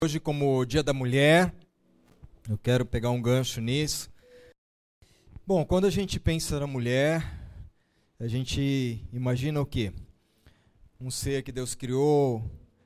Hoje, como Dia da Mulher, eu quero pegar um gancho nisso. Bom, quando a gente pensa na mulher, a gente imagina o quê? Um ser que Deus criou,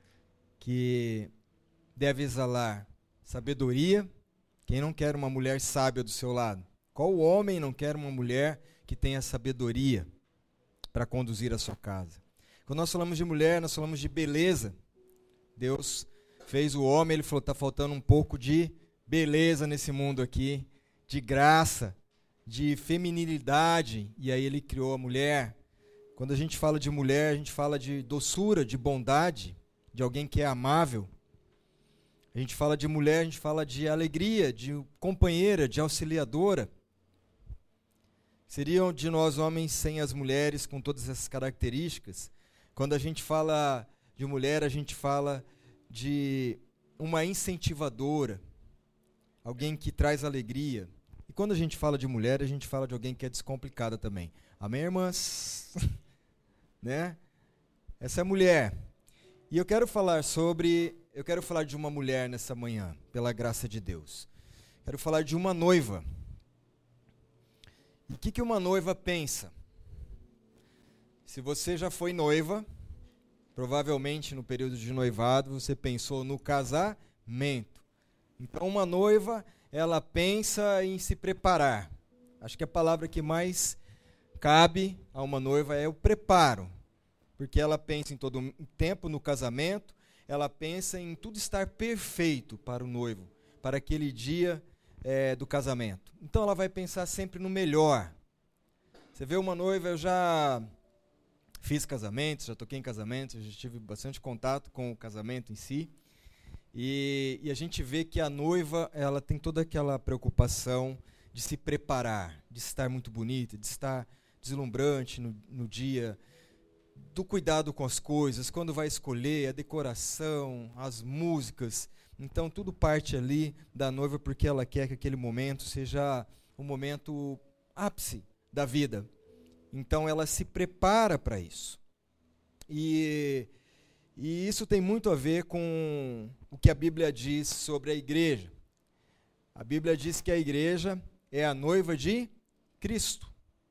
que deve exalar sabedoria. Quem não quer uma mulher sábia do seu lado? Qual homem não quer uma mulher que tenha sabedoria para conduzir a sua casa? Quando nós falamos de mulher, nós falamos de beleza. Deus fez o homem, ele falou, está faltando um pouco de beleza nesse mundo aqui, de graça, de feminilidade, e aí ele criou a mulher. Quando a gente fala de mulher, a gente fala de doçura, de bondade, de alguém que é amável. A gente fala de mulher, a gente fala de alegria, de companheira, de auxiliadora. Seriam de nós homens sem as mulheres com todas essas características? Quando a gente fala de mulher, a gente fala de uma incentivadora, alguém que traz alegria. E quando a gente fala de mulher, a gente fala de alguém que é descomplicada também. Amém, irmãs? Né? Essa é a mulher. E eu quero falar de uma mulher nessa manhã, pela graça de Deus. Quero falar de uma noiva. E o que uma noiva pensa? Se você já foi noiva, provavelmente no período de noivado você pensou no casamento. Então uma noiva, ela pensa em se preparar. Acho que a palavra que mais cabe a uma noiva é o preparo. Porque ela pensa em todo o tempo no casamento, ela pensa em tudo estar perfeito para o noivo, para aquele dia do casamento. Então ela vai pensar sempre no melhor. Você vê uma noiva, eu já fiz casamentos, já toquei em casamentos, já tive bastante contato com o casamento em si. E a gente vê que a noiva, ela tem toda aquela preocupação de se preparar, de estar muito bonita, de estar deslumbrante no dia, do cuidado com as coisas, quando vai escolher, a decoração, as músicas. Então tudo parte ali da noiva porque ela quer que aquele momento seja um momento ápice da vida. Então ela se prepara para isso. E isso tem muito a ver com o que a Bíblia diz sobre a igreja. A Bíblia diz que a igreja é a noiva de Cristo.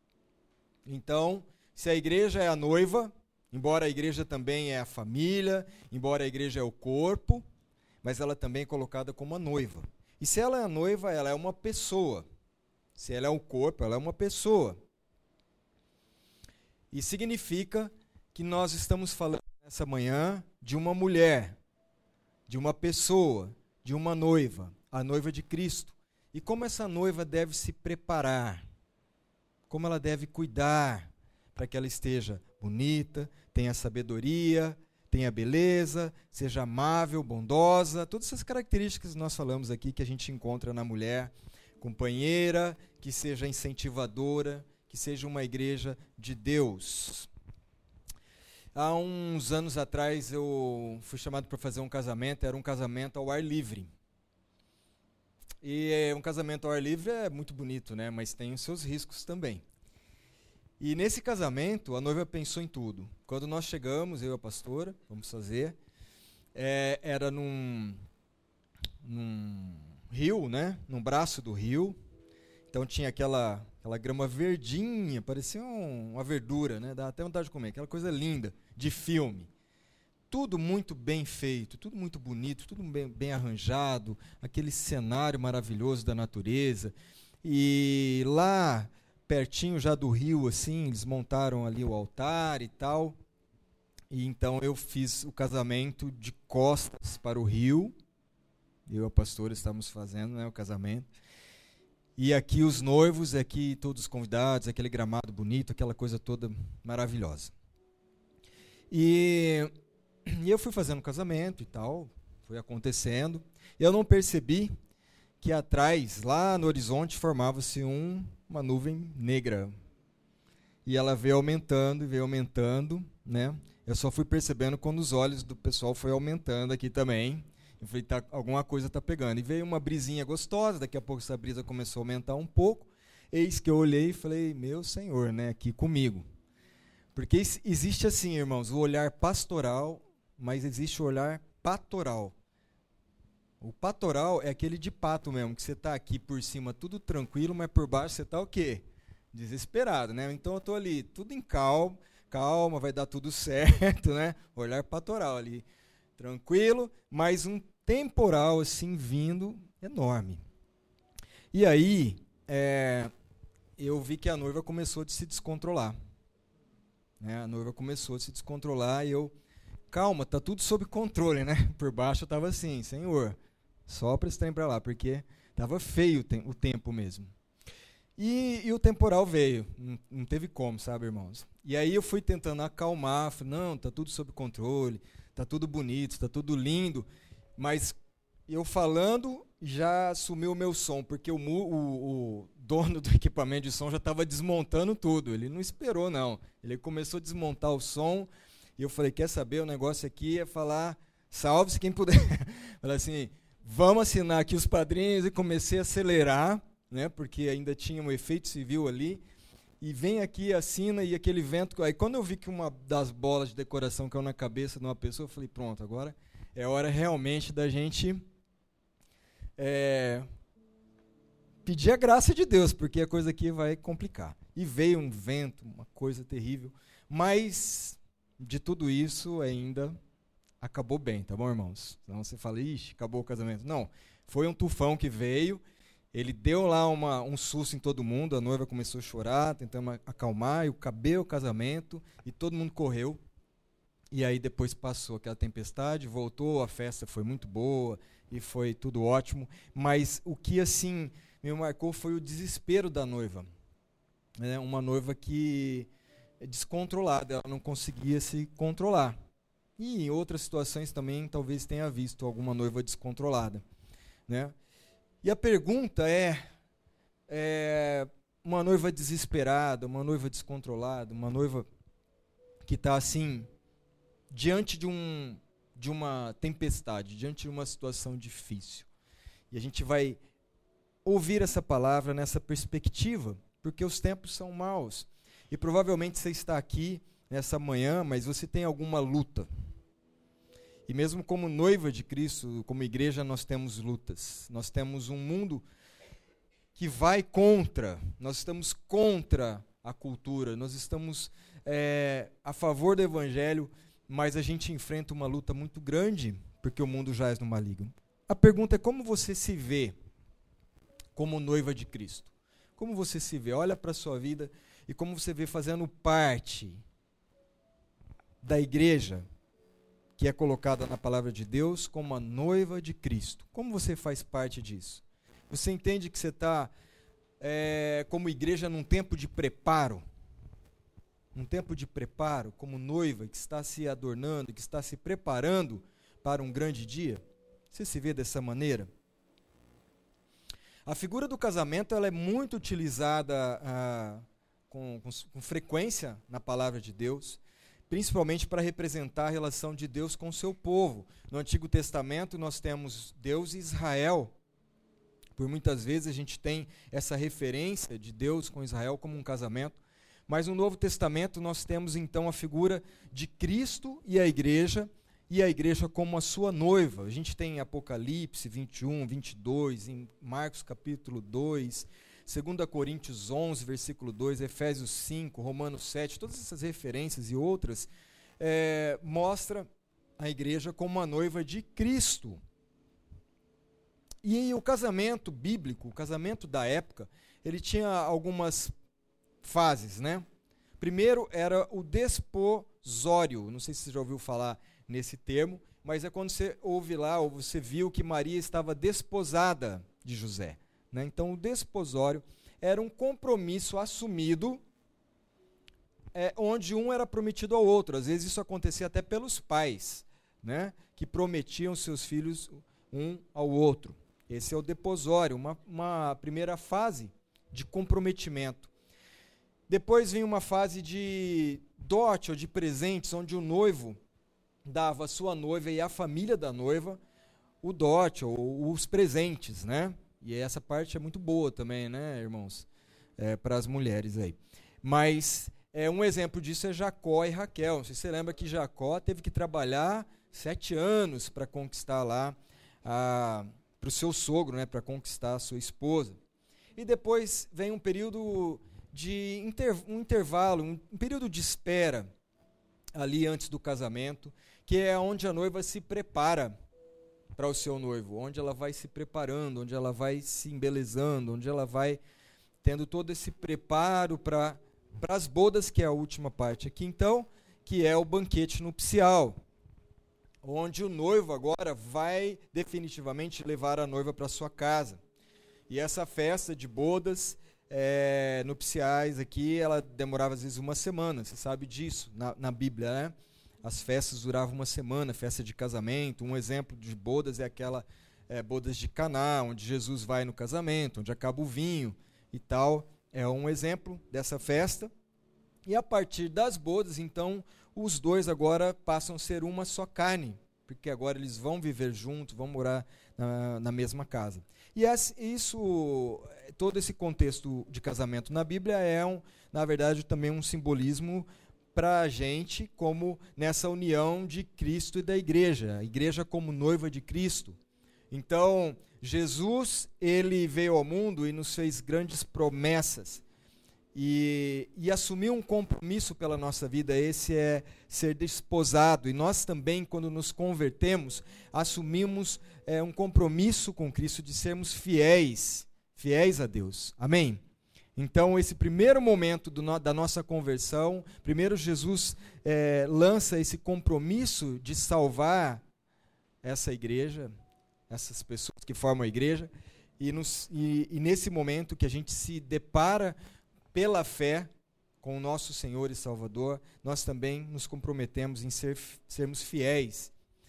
Então, se a igreja é a noiva, embora a igreja também é a família, embora a igreja é o corpo, mas ela também é colocada como a noiva. E se ela é a noiva, ela é uma pessoa. Se ela é o corpo, ela é uma pessoa. E significa que nós estamos falando nessa manhã de uma mulher, de uma pessoa, de uma noiva, a noiva de Cristo. E como essa noiva deve se preparar, como ela deve cuidar para que ela esteja bonita, tenha sabedoria, tenha beleza, seja amável, bondosa, todas essas características que nós falamos aqui que a gente encontra na mulher, companheira, que seja incentivadora, que seja uma igreja de Deus. Há uns anos atrás eu fui chamado para fazer um casamento, era um casamento ao ar livre. E um casamento ao ar livre é muito bonito, né? Mas tem os seus riscos também. E nesse casamento, a noiva pensou em tudo. Quando nós chegamos, eu e a pastora, vamos fazer, era num rio, né? Num braço do rio. Então tinha aquela grama verdinha, parecia uma verdura, né? Dá até vontade de comer, aquela coisa linda, de filme. Tudo muito bem feito, tudo muito bonito, tudo bem arranjado, aquele cenário maravilhoso da natureza. E lá, pertinho já do rio, assim, eles montaram ali o altar e tal. E então eu fiz o casamento de costas para o rio. Eu e a pastora estávamos fazendo, né, o casamento. E aqui os noivos, aqui todos os convidados, aquele gramado bonito, aquela coisa toda maravilhosa. E eu fui fazendo o casamento e tal, foi acontecendo. E eu não percebi que atrás, lá no horizonte, formava-se uma nuvem negra. E ela veio aumentando, né? Eu só fui percebendo quando os olhos do pessoal foi aumentando aqui também. Eu falei, alguma coisa está pegando. E veio uma brisinha gostosa, daqui a pouco essa brisa começou a aumentar um pouco. Eis que eu olhei e falei, meu Senhor, né, aqui comigo. Porque existe assim, irmãos, o olhar pastoral, mas existe o olhar patoral. O patoral é aquele de pato mesmo, que você está aqui por cima tudo tranquilo, mas por baixo você está o quê? Desesperado, né? Então eu estou ali tudo em calma, vai dar tudo certo, né? Olhar patoral ali, tranquilo, mas um temporal assim vindo enorme. E aí, eu vi que a noiva começou a se descontrolar. Né? A noiva começou a se descontrolar e eu, calma, tá tudo sob controle, né? Por baixo eu estava assim, Senhor, sopra esse trem para lá, porque estava feio o tempo mesmo. E o temporal veio, não teve como, sabe, irmãos? E aí eu fui tentando acalmar, falei, não, tá tudo sob controle, tá tudo bonito, tá tudo lindo, mas eu falando já sumiu o meu som, porque o dono do equipamento de som já estava desmontando tudo, ele não esperou não, ele começou a desmontar o som, e eu falei, quer saber, o negócio aqui é falar, salve-se quem puder, falei assim, vamos assinar aqui os padrinhos, e comecei a acelerar, né, porque ainda tinha um efeito civil ali, e vem aqui, assina, e aquele vento, aí quando eu vi que uma das bolas de decoração caiu na cabeça de uma pessoa, eu falei, pronto, agora é hora realmente da gente pedir a graça de Deus, porque a coisa aqui vai complicar. E veio um vento, uma coisa terrível, mas de tudo isso ainda acabou bem, tá bom, irmãos? Então você fala, ixi, acabou o casamento. Não, foi um tufão que veio, ele deu lá um susto em todo mundo, a noiva começou a chorar, tentando acalmar, eu acabei o casamento e todo mundo correu. E aí depois passou aquela tempestade, voltou, a festa foi muito boa e foi tudo ótimo. Mas o que assim me marcou foi o desespero da noiva. Né? Uma noiva que é descontrolada, ela não conseguia se controlar. E em outras situações também talvez tenha visto alguma noiva descontrolada. Né? E a pergunta é uma noiva desesperada, uma noiva descontrolada, uma noiva que está assim, diante de uma tempestade, diante de uma situação difícil. E a gente vai ouvir essa palavra nessa perspectiva, porque os tempos são maus. E provavelmente você está aqui nessa manhã, mas você tem alguma luta. E mesmo como noiva de Cristo, como igreja, nós temos lutas. Nós temos um mundo que vai contra, nós estamos contra a cultura, nós estamos a favor do evangelho, mas a gente enfrenta uma luta muito grande, porque o mundo jaz no maligno. A pergunta é como você se vê como noiva de Cristo? Como você se vê? Olha para a sua vida e como você vê fazendo parte da igreja, que é colocada na palavra de Deus como a noiva de Cristo. Como você faz parte disso? Você entende que você está, como igreja, num tempo de preparo? Um tempo de preparo, como noiva que está se adornando, que está se preparando para um grande dia? Você se vê dessa maneira? A figura do casamento ela é muito utilizada com frequência na palavra de Deus, principalmente para representar a relação de Deus com o seu povo. No Antigo Testamento nós temos Deus e Israel. Por muitas vezes a gente tem essa referência de Deus com Israel como um casamento. Mas no Novo Testamento nós temos então a figura de Cristo e a igreja como a sua noiva. A gente tem em Apocalipse 21, 22, em Marcos capítulo 2, 2 Coríntios 11, versículo 2, Efésios 5, Romanos 7, todas essas referências e outras mostra a igreja como uma noiva de Cristo. E o casamento bíblico, o casamento da época, ele tinha algumas fases, né? Primeiro era o desposório, não sei se você já ouviu falar nesse termo, mas é quando você ouve lá, ou você viu que Maria estava desposada de José. Né? Então o desposório era um compromisso assumido, onde um era prometido ao outro. Às vezes isso acontecia até pelos pais, né? Que prometiam seus filhos um ao outro. Esse é o desposório, uma primeira fase de comprometimento. Depois vem uma fase de dote ou de presentes, onde o noivo dava à sua noiva e à família da noiva o dote ou os presentes, né? E essa parte é muito boa também, né, irmãos? Para as mulheres aí. Mas um exemplo disso é Jacó e Raquel. Não sei se você lembra que Jacó teve que trabalhar 7 anos para conquistar lá para o seu sogro, né, para conquistar a sua esposa. E depois vem um período de um intervalo, um período de espera ali antes do casamento, que é onde a noiva se prepara para o seu noivo, onde ela vai se preparando, onde ela vai se embelezando, onde ela vai tendo todo esse preparo para as bodas, que é a última parte aqui então, que é o banquete nupcial, onde o noivo agora vai definitivamente levar a noiva para sua casa. E essa festa de bodas nupciais aqui, ela demorava às vezes uma semana, você sabe disso, na Bíblia, né? As festas duravam uma semana, festa de casamento. Um exemplo de bodas é aquela bodas de Caná, onde Jesus vai no casamento, onde acaba o vinho e tal. É um exemplo dessa festa. E a partir das bodas, então, os dois agora passam a ser uma só carne, porque agora eles vão viver juntos, vão morar na mesma casa. E todo esse contexto de casamento na Bíblia na verdade, também um simbolismo para a gente, como nessa união de Cristo e da igreja, a igreja como noiva de Cristo. Então, Jesus, ele veio ao mundo e nos fez grandes promessas, e assumiu um compromisso pela nossa vida, esse é ser desposado, e nós também, quando nos convertemos, assumimos um compromisso com Cristo de sermos fiéis a Deus, amém? Então, esse primeiro momento da nossa conversão, primeiro Jesus lança esse compromisso de salvar essa igreja, essas pessoas que formam a igreja, e nesse momento que a gente se depara pela fé com o nosso Senhor e Salvador, nós também nos comprometemos em sermos fiéis.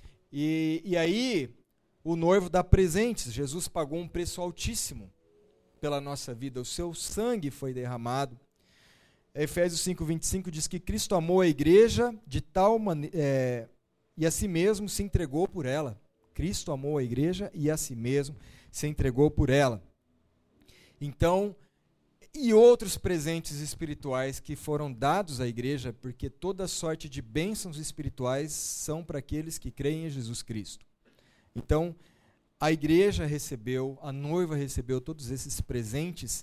E aí, o noivo dá presentes, Jesus pagou um preço altíssimo pela nossa vida, o seu sangue foi derramado. Efésios 5:25 diz que Cristo amou a igreja de tal maneira, e a si mesmo se entregou por ela. Cristo amou a igreja e a si mesmo se entregou por ela. Então, e outros presentes espirituais que foram dados à igreja, porque toda sorte de bênçãos espirituais são para aqueles que creem em Jesus Cristo. Então, a igreja recebeu, a noiva recebeu todos esses presentes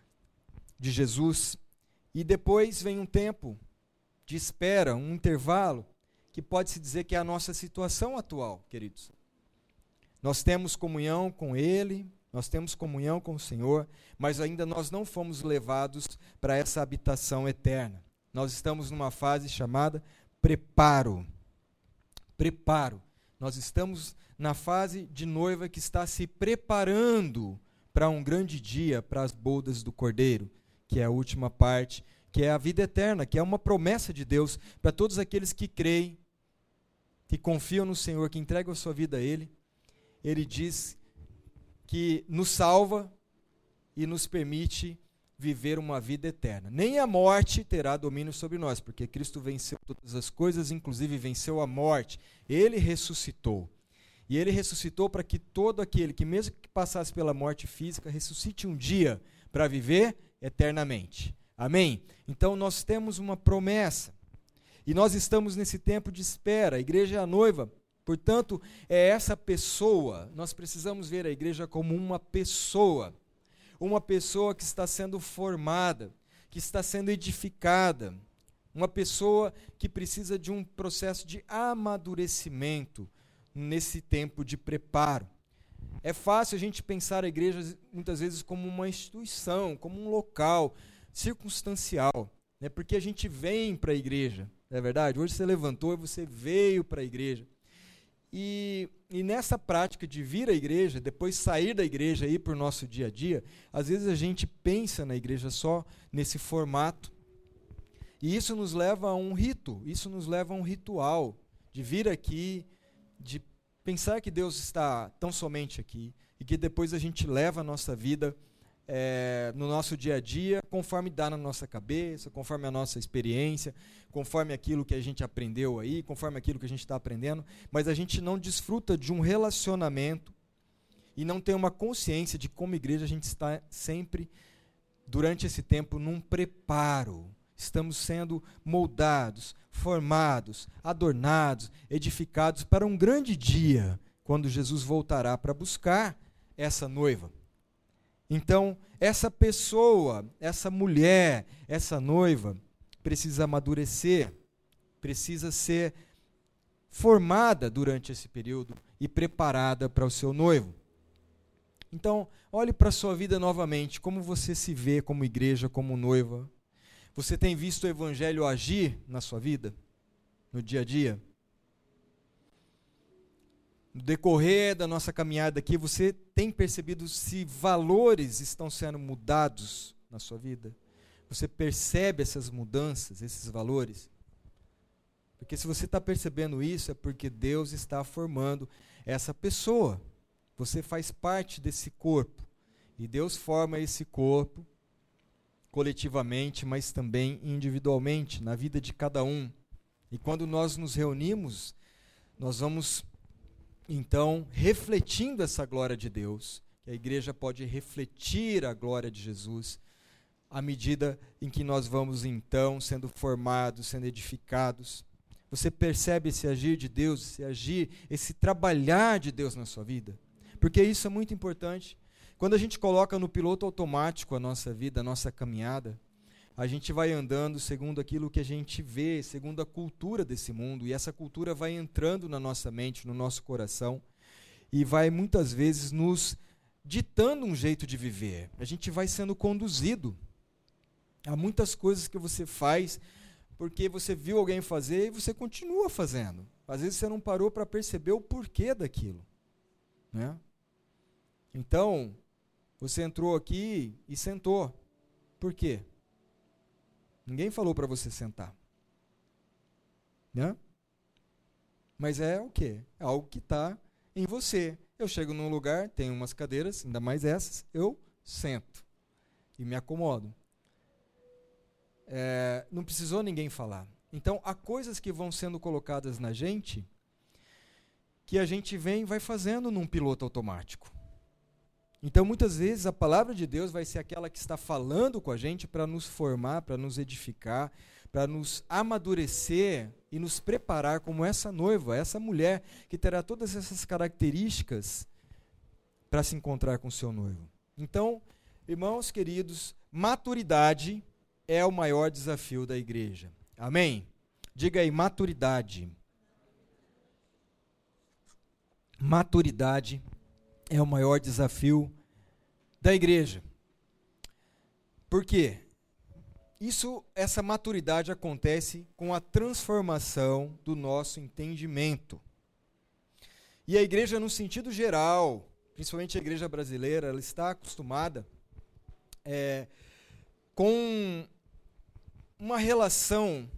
de Jesus, e depois vem um tempo de espera, um intervalo, que pode-se dizer que é a nossa situação atual, queridos. Nós temos comunhão com Ele, nós temos comunhão com o Senhor, mas ainda nós não fomos levados para essa habitação eterna. Nós estamos numa fase chamada preparo. Preparo. Nós estamos na fase de noiva que está se preparando para um grande dia, para as bodas do Cordeiro, que é a última parte, que é a vida eterna, que é uma promessa de Deus para todos aqueles que creem, que confiam no Senhor, que entregam a sua vida a Ele. Ele diz que nos salva e nos permite viver uma vida eterna. Nem a morte terá domínio sobre nós, porque Cristo venceu todas as coisas, inclusive venceu a morte. Ele ressuscitou. E Ele ressuscitou para que todo aquele que, mesmo que passasse pela morte física, ressuscite um dia para viver eternamente. Amém? Então nós temos uma promessa. E nós estamos nesse tempo de espera. A igreja é a noiva. Portanto, é essa pessoa. Nós precisamos ver a igreja como uma pessoa. Uma pessoa que está sendo formada, que está sendo edificada. Uma pessoa que precisa de um processo de amadurecimento nesse tempo de preparo. É fácil a gente pensar a igreja muitas vezes como uma instituição, como um local circunstancial, né? Porque a gente vem para a igreja, não é verdade? Hoje você levantou e você veio para a igreja. E nessa prática de vir à igreja, depois sair da igreja e ir para o nosso dia a dia, às vezes a gente pensa na igreja só nesse formato. E isso nos leva a um rito, isso nos leva a um ritual de vir aqui, de pensar que Deus está tão somente aqui e que depois a gente leva a nossa vida no nosso dia a dia, conforme dá na nossa cabeça, conforme a nossa experiência, conforme aquilo que a gente aprendeu aí, conforme aquilo que a gente está aprendendo, mas a gente não desfruta de um relacionamento e não tem uma consciência de como igreja a gente está sempre, durante esse tempo, num preparo. Estamos sendo moldados, formados, adornados, edificados para um grande dia, quando Jesus voltará para buscar essa noiva. Então, essa pessoa, essa mulher, essa noiva, precisa amadurecer, precisa ser formada durante esse período e preparada para o seu noivo. Então, olhe para a sua vida novamente, como você se vê como igreja, como noiva. Você tem visto o Evangelho agir na sua vida, no dia a dia? No decorrer da nossa caminhada aqui, você tem percebido se valores estão sendo mudados na sua vida? Você percebe essas mudanças, esses valores? Porque se você está percebendo isso, é porque Deus está formando essa pessoa. Você faz parte desse corpo. E Deus forma esse corpo coletivamente, mas também individualmente, na vida de cada um. E quando nós nos reunimos, nós vamos, então, refletindo essa glória de Deus, que a igreja pode refletir a glória de Jesus, à medida em que nós vamos, então, sendo formados, sendo edificados. Você percebe esse agir de Deus, esse agir, esse trabalhar de Deus na sua vida? Porque isso é muito importante. Quando a gente coloca no piloto automático a nossa vida, a nossa caminhada, a gente vai andando segundo aquilo que a gente vê, segundo a cultura desse mundo, e essa cultura vai entrando na nossa mente, no nosso coração, e vai muitas vezes nos ditando um jeito de viver. A gente vai sendo conduzido. Há muitas coisas que você faz porque você viu alguém fazer e você continua fazendo. Às vezes você não parou para perceber o porquê daquilo, né? Então, você entrou aqui e sentou. Por quê? Ninguém falou para você sentar, né? Mas é o quê? É algo que está em você. Eu chego num lugar, tem umas cadeiras, ainda mais essas, eu sento e me acomodo. Não precisou ninguém falar. Então, há coisas que vão sendo colocadas na gente que a gente vem e vai fazendo num piloto automático. Então, muitas vezes, a palavra de Deus vai ser aquela que está falando com a gente para nos formar, para nos edificar, para nos amadurecer e nos preparar como essa noiva, essa mulher que terá todas essas características para se encontrar com o seu noivo. Então, irmãos queridos, maturidade é o maior desafio da igreja. Amém? Diga aí, maturidade. Maturidade é o maior desafio da igreja. Por quê? Essa maturidade acontece com a transformação do nosso entendimento. E a igreja, no sentido geral, principalmente a igreja brasileira, ela está acostumada com uma relação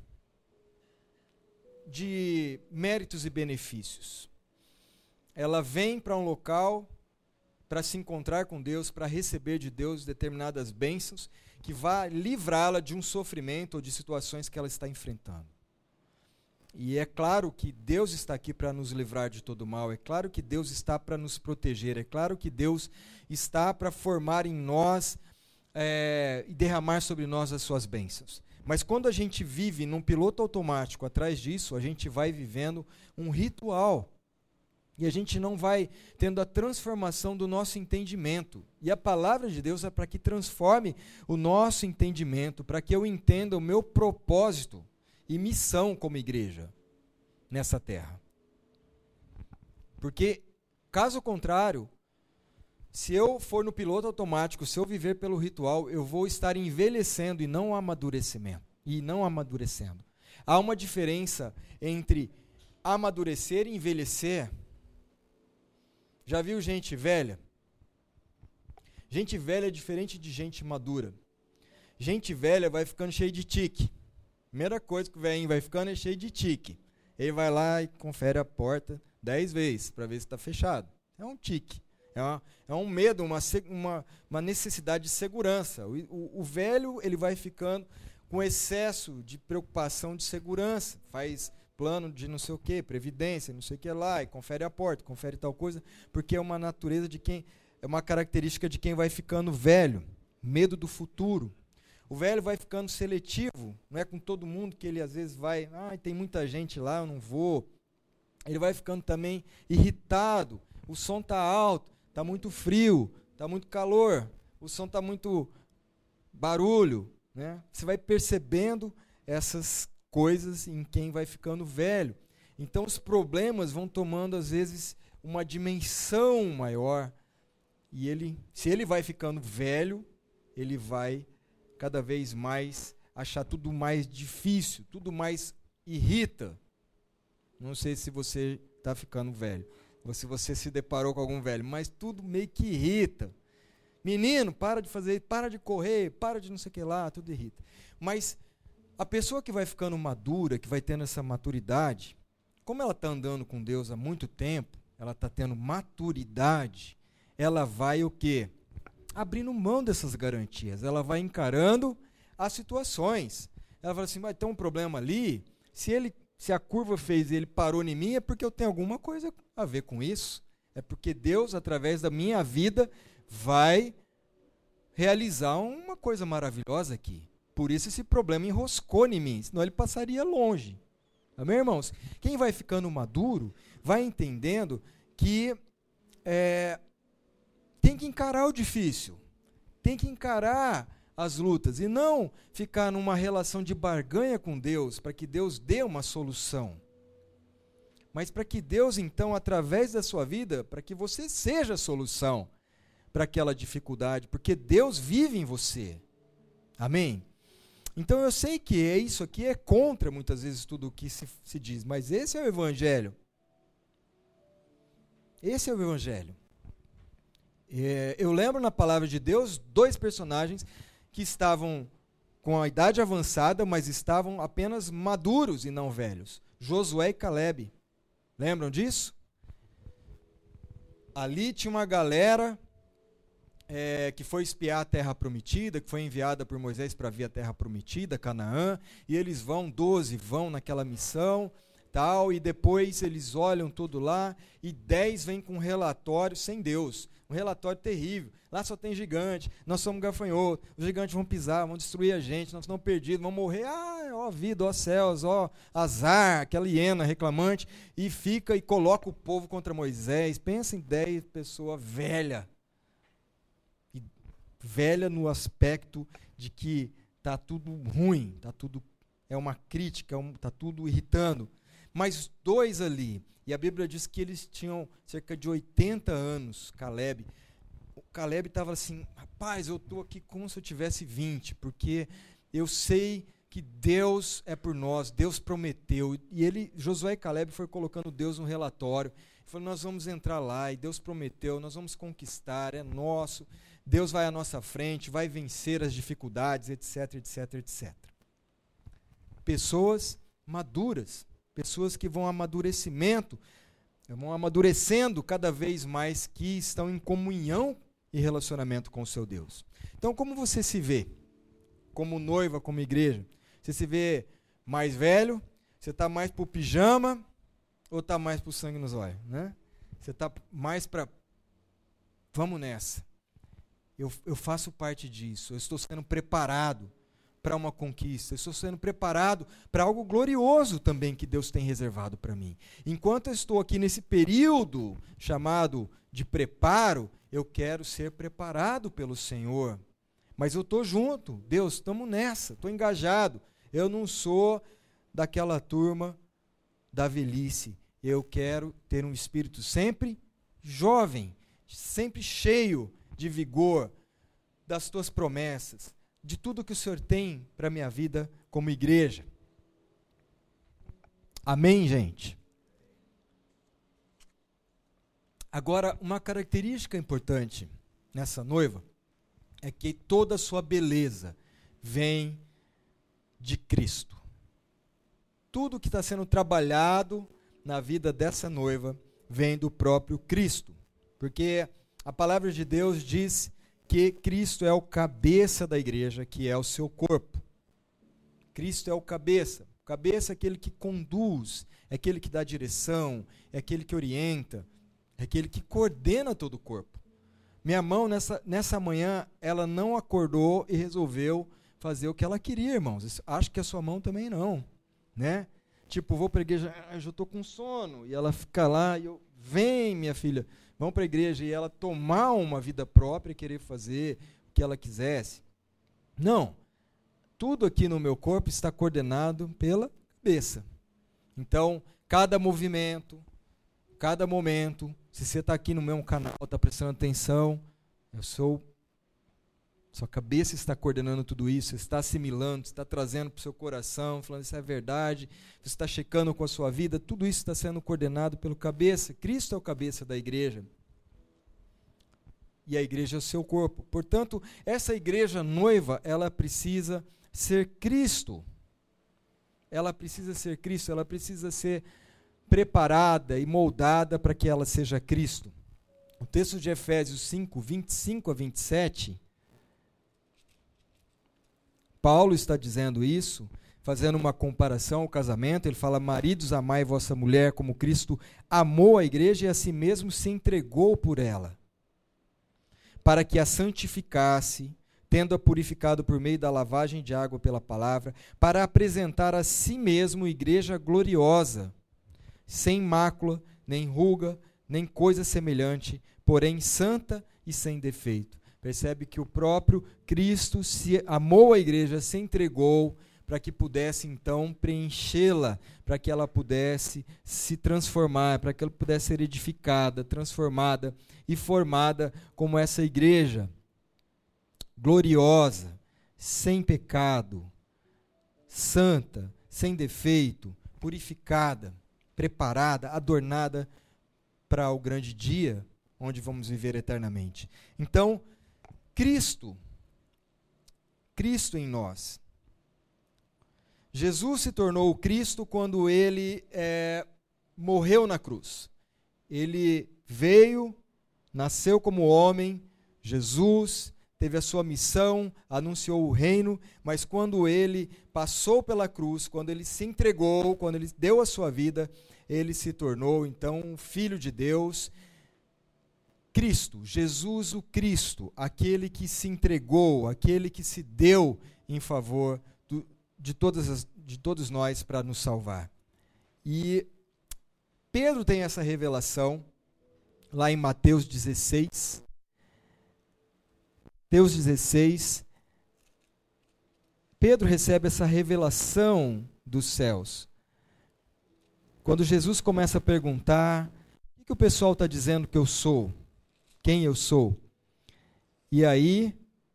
de méritos e benefícios. Ela vem para um local para se encontrar com Deus, para receber de Deus determinadas bênçãos que vai livrá-la de um sofrimento ou de situações que ela está enfrentando. E é claro que Deus está aqui para nos livrar de todo mal, é claro que Deus está para nos proteger, é claro que Deus está para formar em nós e derramar sobre nós as suas bênçãos. Mas quando a gente vive num piloto automático atrás disso, a gente vai vivendo um ritual. E a gente não vai tendo a transformação do nosso entendimento. E a palavra de Deus é para que transforme o nosso entendimento, para que eu entenda o meu propósito e missão como igreja nessa terra. Porque, caso contrário, se eu for no piloto automático, se eu viver pelo ritual, eu vou estar envelhecendo e não amadurecendo. Há uma diferença entre amadurecer e envelhecer. Já viu gente velha? Gente velha é diferente de gente madura. Gente velha vai ficando cheio de tique. Primeira coisa que o velhinho vai ficando é cheio de tique. Ele vai lá e confere a porta 10 vezes para ver se está fechado. É um tique. É um medo, uma necessidade de segurança. O velho ele vai ficando com excesso de preocupação de segurança. Faz plano de não sei o que, previdência, não sei o que lá, e confere a porta, confere tal coisa, porque é uma natureza de quem, é uma característica de quem vai ficando velho, medo do futuro. O velho vai ficando seletivo, não é com todo mundo que ele às vezes vai, tem muita gente lá, eu não vou. Ele vai ficando também irritado o som está alto, está muito frio, está muito calor, o som está muito barulho, né? Você vai percebendo essas coisas em quem vai ficando velho. Então os problemas vão tomando às vezes uma dimensão maior, e se ele vai ficando velho, ele vai cada vez mais achar tudo mais difícil, tudo mais irrita. Não sei se você está ficando velho, ou se você se deparou com algum velho, mas tudo meio que irrita. Menino, para de fazer, para de correr, para de não sei o que lá, tudo irrita. Mas a pessoa que vai ficando madura, que vai tendo essa maturidade, como ela está andando com Deus há muito tempo, ela está tendo maturidade, ela vai o quê? Abrindo mão dessas garantias, ela vai encarando as situações. Ela fala assim, mas tem um problema ali, se a curva fez e ele parou em mim, é porque eu tenho alguma coisa a ver com isso. É porque Deus, através da minha vida, vai realizar uma coisa maravilhosa aqui. Por isso esse problema enroscou em mim, senão ele passaria longe. Amém, irmãos? Quem vai ficando maduro, vai entendendo que tem que encarar o difícil, tem que encarar as lutas, e não ficar numa relação de barganha com Deus, para que Deus dê uma solução. Mas para que Deus, então, através da sua vida, para que você seja a solução para aquela dificuldade, porque Deus vive em você. Amém? Então eu sei que isso aqui é contra, muitas vezes, tudo o que se diz, mas esse é o Evangelho. Esse é o Evangelho. Eu lembro na palavra de Deus, 2 personagens que estavam com a idade avançada, mas estavam apenas maduros e não velhos. Josué e Calebe. Lembram disso? Ali tinha uma galera que foi espiar a terra prometida, que foi enviada por Moisés para vir a terra prometida, Canaã, e eles vão, 12 vão naquela missão, tal, e depois eles olham tudo lá, e 10 vêm com um relatório sem Deus, um relatório terrível. Lá só tem gigante, nós somos gafanhotos, os gigantes vão pisar, vão destruir a gente, nós estamos perdidos, vamos morrer, ó vida, ó céus, ó azar, aquela hiena reclamante, e fica e coloca o povo contra Moisés. Pensa em 10 pessoas velhas, velha no aspecto de que está tudo ruim, é uma crítica, está tudo irritando. Mas 2 ali, e a Bíblia diz que eles tinham cerca de 80 anos, Calebe. O Calebe estava assim, rapaz, eu estou aqui como se eu tivesse 20, porque eu sei que Deus é por nós, Deus prometeu. E Josué e Calebe foram colocando Deus no relatório, falou, nós vamos entrar lá, e Deus prometeu, nós vamos conquistar, é nosso. Deus vai à nossa frente, vai vencer as dificuldades, etc, etc, etc. Pessoas maduras, pessoas que vão amadurecendo cada vez mais, que estão em comunhão e relacionamento com o seu Deus. Então, como você se vê? Como noiva, como igreja? Você se vê mais velho? Você está mais para o pijama? Ou está mais para o sangue nos olhos? Né? Você está mais para... Vamos nessa. Eu faço parte disso, eu estou sendo preparado para uma conquista, eu estou sendo preparado para algo glorioso também que Deus tem reservado para mim. Enquanto eu estou aqui nesse período chamado de preparo, eu quero ser preparado pelo Senhor. Mas eu estou junto, Deus, estamos nessa, estou engajado. Eu não sou daquela turma da velhice, eu quero ter um espírito sempre jovem, sempre cheio de vigor, das tuas promessas, de tudo que o Senhor tem para a minha vida como igreja. Amém, gente? Agora, uma característica importante nessa noiva é que toda a sua beleza vem de Cristo. Tudo que está sendo trabalhado na vida dessa noiva vem do próprio Cristo, porque a palavra de Deus diz que Cristo é o cabeça da igreja, que é o seu corpo. Cristo é o cabeça. O cabeça é aquele que conduz, é aquele que dá direção, é aquele que orienta, é aquele que coordena todo o corpo. Minha mão, nessa manhã, ela não acordou e resolveu fazer o que ela queria, irmãos. Acho que a sua mão também não, né? Tipo, vou para a igreja, eu já estou com sono, e ela fica lá, e vem, minha filha, vão para a igreja e ela tomar uma vida própria e querer fazer o que ela quisesse. Não. Tudo aqui no meu corpo está coordenado pela cabeça. Então, cada movimento, cada momento, se você está aqui no meu canal, está prestando atenção, sua cabeça está coordenando tudo isso, está assimilando, está trazendo para o seu coração, falando isso é verdade, você está checando com a sua vida, tudo isso está sendo coordenado pelo cabeça. Cristo é o cabeça da igreja. E a igreja é o seu corpo. Portanto, essa igreja noiva, ela precisa ser Cristo. Ela precisa ser Cristo, ela precisa ser preparada e moldada para que ela seja Cristo. O texto de Efésios 5, 25 a 27, Paulo está dizendo isso, fazendo uma comparação ao casamento. Ele fala: maridos, amai vossa mulher como Cristo amou a igreja e a si mesmo se entregou por ela, para que a santificasse, tendo-a purificado por meio da lavagem de água pela palavra, para apresentar a si mesmo igreja gloriosa, sem mácula, nem ruga, nem coisa semelhante, porém santa e sem defeito. Percebe que o próprio Cristo se amou a igreja, se entregou para que pudesse então preenchê-la, para que ela pudesse se transformar, para que ela pudesse ser edificada, transformada e formada como essa igreja gloriosa, sem pecado, santa, sem defeito, purificada, preparada, adornada para o grande dia onde vamos viver eternamente. Então, Cristo em nós. Jesus se tornou o Cristo quando ele morreu na cruz. Ele veio, nasceu como homem, Jesus teve a sua missão, anunciou o reino, mas quando ele passou pela cruz, quando ele se entregou, quando ele deu a sua vida, ele se tornou então um filho de Deus. Cristo, Jesus o Cristo, aquele que se entregou, aquele que se deu em favor de todos nós para nos salvar. E Pedro tem essa revelação lá em Mateus 16. Mateus 16, Pedro recebe essa revelação dos céus. Quando Jesus começa a perguntar: o que o pessoal está dizendo que eu sou? Quem eu sou? E aí,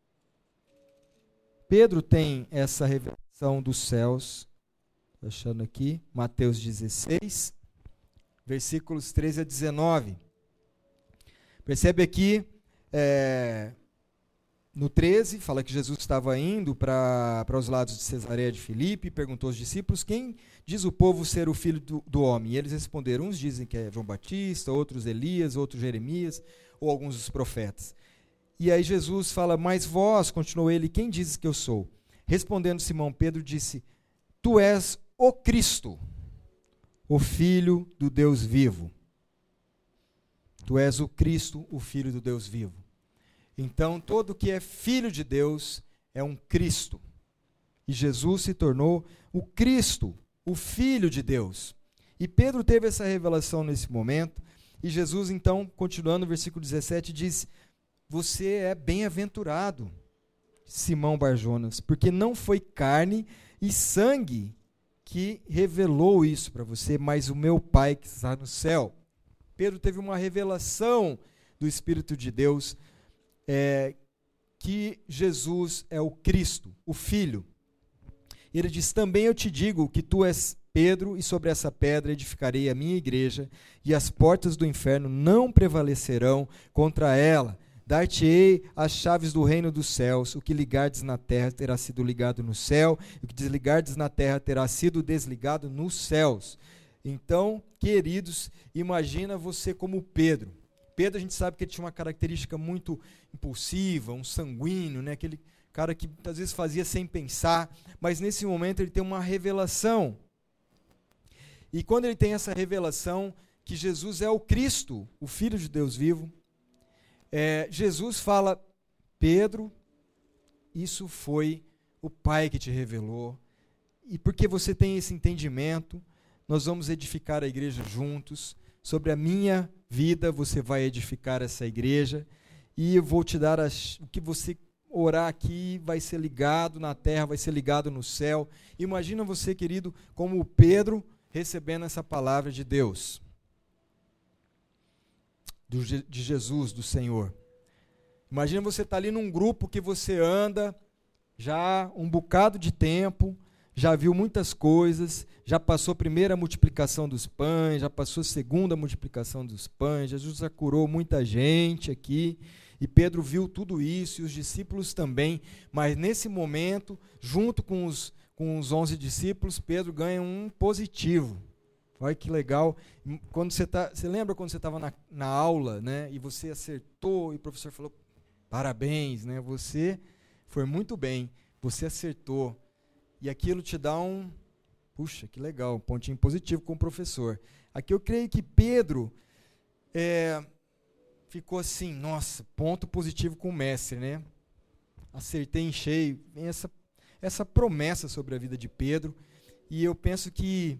Pedro tem essa revelação dos céus, estou achando aqui, Mateus 16, versículos 13 a 19. Percebe aqui, no 13, fala que Jesus estava indo para os lados de Cesareia de Filipe, perguntou aos discípulos: quem diz o povo ser o filho do homem? E eles responderam: uns dizem que é João Batista, outros Elias, outros Jeremias, ou alguns dos profetas. E aí Jesus fala: mas vós, continuou ele, quem dizes que eu sou? Respondendo Simão Pedro, disse: tu és o Cristo, o Filho do Deus vivo. Tu és o Cristo, o Filho do Deus vivo. Então, todo que é filho de Deus é um Cristo. E Jesus se tornou o Cristo, o Filho de Deus. E Pedro teve essa revelação nesse momento. E Jesus, então, continuando no versículo 17, diz: você é bem-aventurado, Simão Barjonas, porque não foi carne e sangue que revelou isso para você, mas o meu Pai que está no céu. Pedro teve uma revelação do Espírito de Deus, que Jesus é o Cristo, o Filho. Ele diz: também eu te digo que tu és Pedro, e sobre essa pedra edificarei a minha igreja, e as portas do inferno não prevalecerão contra ela. Dar-te-ei as chaves do reino dos céus. O que ligardes na terra terá sido ligado no céu, e o que desligardes na terra terá sido desligado nos céus. Então, queridos, imagina você como Pedro. Pedro, a gente sabe que ele tinha uma característica muito impulsiva, um sanguíneo, né? Aquele cara que às vezes fazia sem pensar, mas nesse momento ele tem uma revelação. E quando ele tem essa revelação que Jesus é o Cristo, o Filho de Deus vivo, Jesus fala: Pedro, isso foi o Pai que te revelou, e porque você tem esse entendimento, nós vamos edificar a igreja juntos, sobre a minha vida, você vai edificar essa igreja, e eu vou te dar o que você orar aqui vai ser ligado na terra, vai ser ligado no céu. Imagina você, querido, como o Pedro recebendo essa palavra de Deus, de Jesus, do Senhor. Imagina você estar ali num grupo que você anda já um bocado de tempo, já viu muitas coisas, já passou a primeira multiplicação dos pães, já passou a segunda multiplicação dos pães, Jesus já curou muita gente aqui, e Pedro viu tudo isso, e os discípulos também, mas nesse momento, junto com os 11 discípulos, Pedro ganha um positivo. Olha que legal. Você lembra quando você estava na aula, né, e você acertou, e o professor falou, parabéns, né, você foi muito bem, você acertou. E aquilo te dá puxa, que legal, um pontinho positivo com o professor. Aqui eu creio que Pedro ficou assim, nossa, ponto positivo com o mestre, né? Acertei em cheio. Vem essa promessa sobre a vida de Pedro. E eu penso que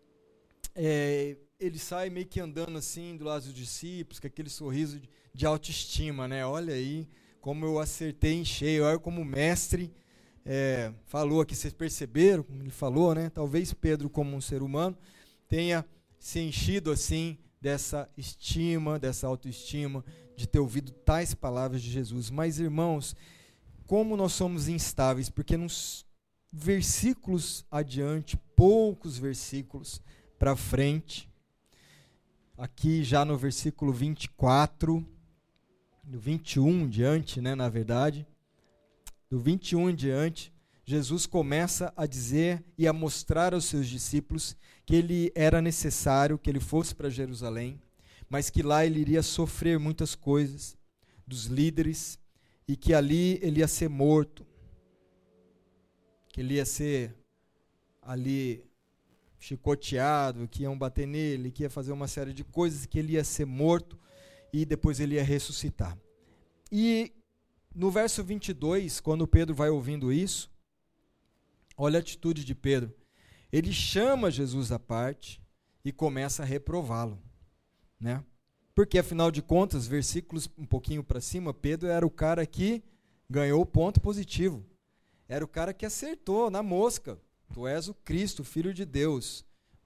ele sai meio que andando assim do lado dos discípulos, com aquele sorriso de autoestima, né? Olha aí como eu acertei em cheio, olha como o mestre falou aqui, vocês perceberam, como ele falou, né? Talvez Pedro, como um ser humano, tenha se enchido assim dessa estima, dessa autoestima, de ter ouvido tais palavras de Jesus. Mas, irmãos, como nós somos instáveis, porque nos versículos adiante, poucos versículos para frente, aqui já no versículo 24, do 21 em diante, né, na verdade, do 21 em diante, Jesus começa a dizer e a mostrar aos seus discípulos que ele era necessário que ele fosse para Jerusalém, mas que lá ele iria sofrer muitas coisas dos líderes e que ali ele ia ser morto, que ele ia ser ali chicoteado, que iam bater nele, que ia fazer uma série de coisas, que ele ia ser morto e depois ele ia ressuscitar. E no verso 22, quando Pedro vai ouvindo isso, olha a atitude de Pedro. Ele chama Jesus à parte e começa a reprová-lo, né? Porque, afinal de contas, versículos um pouquinho para cima, Pedro era o cara que ganhou o ponto positivo. Era o cara que acertou na mosca. Tu és o Cristo, o Filho de Deus.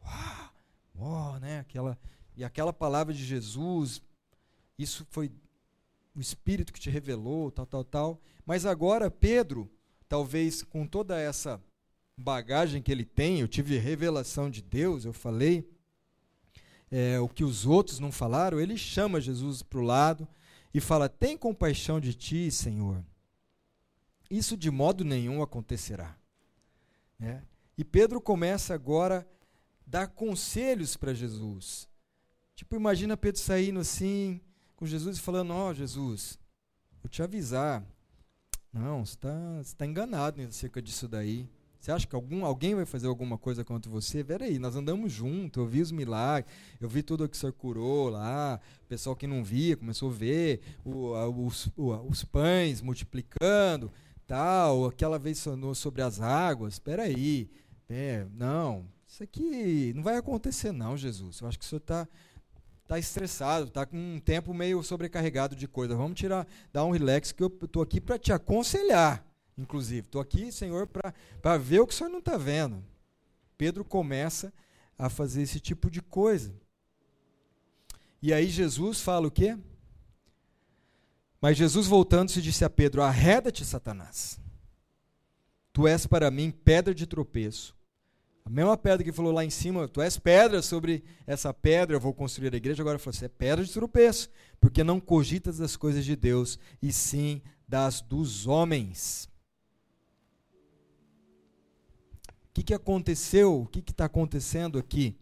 Né? Aquela palavra de Jesus, isso foi o Espírito que te revelou, tal. Mas agora Pedro, talvez com toda essa bagagem que ele tem, eu tive revelação de Deus, eu falei o que os outros não falaram, ele chama Jesus para o lado e fala, tem compaixão de ti, Senhor. Isso de modo nenhum acontecerá. Né? E Pedro começa agora a dar conselhos para Jesus. Tipo, imagina Pedro saindo assim, com Jesus e falando, Jesus, vou te avisar, não, você está enganado acerca disso daí. Você acha que alguém vai fazer alguma coisa contra você? Peraí, nós andamos juntos, eu vi os milagres, eu vi tudo o que o Senhor curou lá, o pessoal que não via começou a ver os pães multiplicando, tal, aquela vez sonou sobre as águas, peraí, não, isso aqui não vai acontecer não, Jesus, eu acho que o Senhor está estressado, está com um tempo meio sobrecarregado de coisa, vamos dar um relax, que eu estou aqui para te aconselhar. Inclusive, estou aqui, Senhor, para ver o que o Senhor não está vendo. Pedro começa a fazer esse tipo de coisa. E aí Jesus fala o quê? Mas Jesus, voltando-se, disse a Pedro, arreda-te, Satanás. Tu és para mim pedra de tropeço. A mesma pedra que falou lá em cima, tu és pedra, sobre essa pedra eu vou construir a igreja, agora falou, você é pedra de tropeço, porque não cogitas das coisas de Deus, e sim das dos homens. O que aconteceu? O que está acontecendo aqui?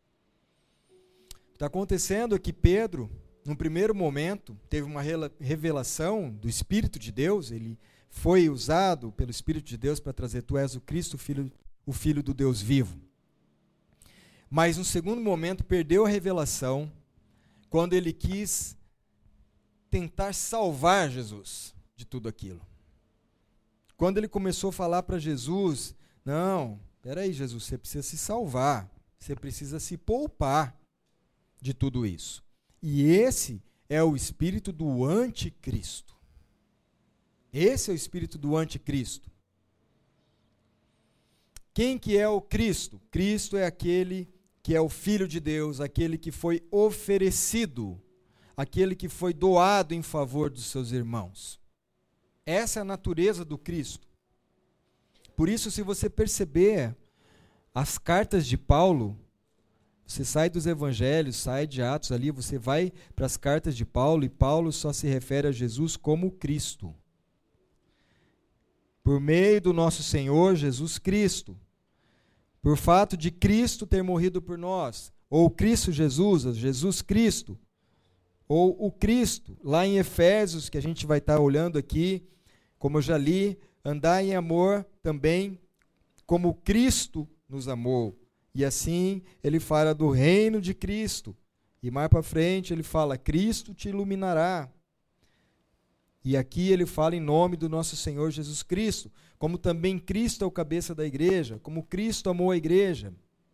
Está acontecendo que Pedro, num primeiro momento, teve uma revelação do Espírito de Deus, ele foi usado pelo Espírito de Deus para trazer, tu és o Cristo, o Filho do Deus vivo. Mas no segundo momento perdeu a revelação, quando ele quis tentar salvar Jesus de tudo aquilo. Quando ele começou a falar para Jesus, não, peraí Jesus, você precisa se salvar, você precisa se poupar de tudo isso. E esse é o espírito do anticristo. Esse é o espírito do anticristo. Quem que é o Cristo? Cristo é aquele que é o Filho de Deus, aquele que foi oferecido, aquele que foi doado em favor dos seus irmãos. Essa é a natureza do Cristo. Por isso, se você perceber as cartas de Paulo, você sai dos evangelhos, sai de Atos ali, você vai para as cartas de Paulo, e Paulo só se refere a Jesus como Cristo. Por meio do nosso Senhor Jesus Cristo. Por fato de Cristo ter morrido por nós, ou Cristo Jesus, Jesus Cristo, ou o Cristo, lá em Efésios, que a gente vai estar olhando aqui, como eu já li, andar em amor também, como Cristo nos amou. E assim ele fala do reino de Cristo. E mais para frente ele fala, Cristo te iluminará. E aqui ele fala em nome do nosso Senhor Jesus Cristo, como também Cristo é o cabeça da igreja, como Cristo amou a igreja.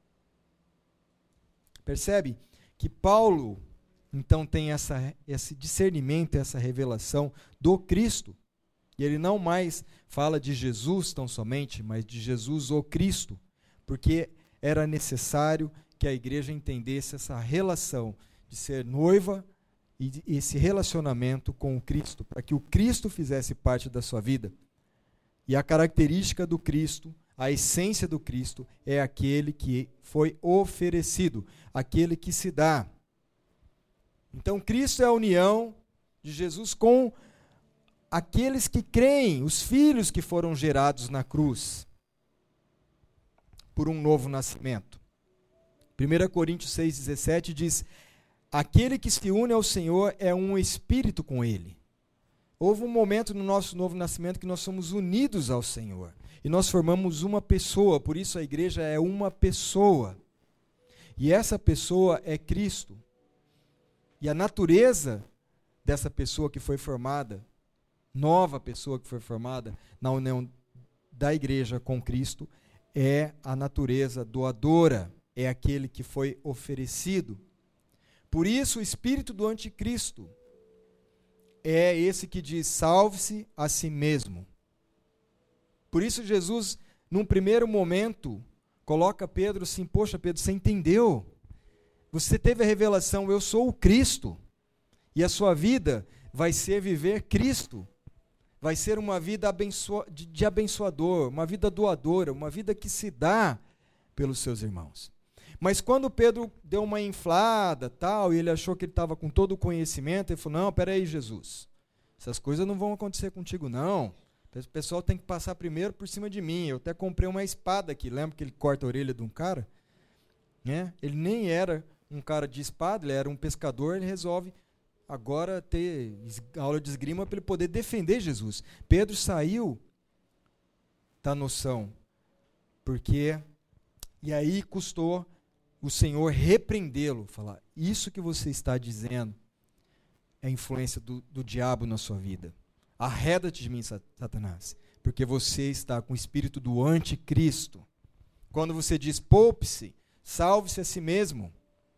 Percebe que Paulo, então, tem esse discernimento, essa revelação do Cristo. E ele não mais fala de Jesus tão somente, mas de Jesus o Cristo, porque era necessário que a igreja entendesse essa relação de ser noiva e esse relacionamento com o Cristo, para que o Cristo fizesse parte da sua vida. E a característica do Cristo, a essência do Cristo, é aquele que foi oferecido, aquele que se dá. Então, Cristo é a união de Jesus com aqueles que creem, os filhos que foram gerados na cruz, por um novo nascimento. 1 Coríntios 6,17 diz, aquele que se une ao Senhor é um espírito com Ele. Houve um momento no nosso novo nascimento que nós somos unidos ao Senhor. E nós formamos uma pessoa, por isso a igreja é uma pessoa. E essa pessoa é Cristo. E a natureza dessa pessoa que foi formada, nova pessoa que foi formada na união da igreja com Cristo, é a natureza doadora, é aquele que foi oferecido. Por isso o espírito do anticristo é esse que diz, salve-se a si mesmo. Por isso Jesus, num primeiro momento, coloca Pedro assim, poxa Pedro, você entendeu? Você teve a revelação, eu sou o Cristo, e a sua vida vai ser viver Cristo, vai ser uma vida de abençoador, uma vida doadora, uma vida que se dá pelos seus irmãos. Mas quando Pedro deu uma inflada, tal, e ele achou que ele estava com todo o conhecimento, ele falou, não, peraí Jesus, essas coisas não vão acontecer contigo não, o pessoal tem que passar primeiro por cima de mim, eu até comprei uma espada aqui, lembra que ele corta a orelha de um cara? Ele nem era um cara de espada, ele era um pescador, ele resolve agora ter aula de esgrima para ele poder defender Jesus. Pedro saiu da noção, porque, e aí custou o Senhor repreendê-lo, falar, isso que você está dizendo é a influência do diabo na sua vida. Arreda-te de mim, Satanás, porque você está com o espírito do anticristo. Quando você diz, poupe-se, salve-se a si mesmo,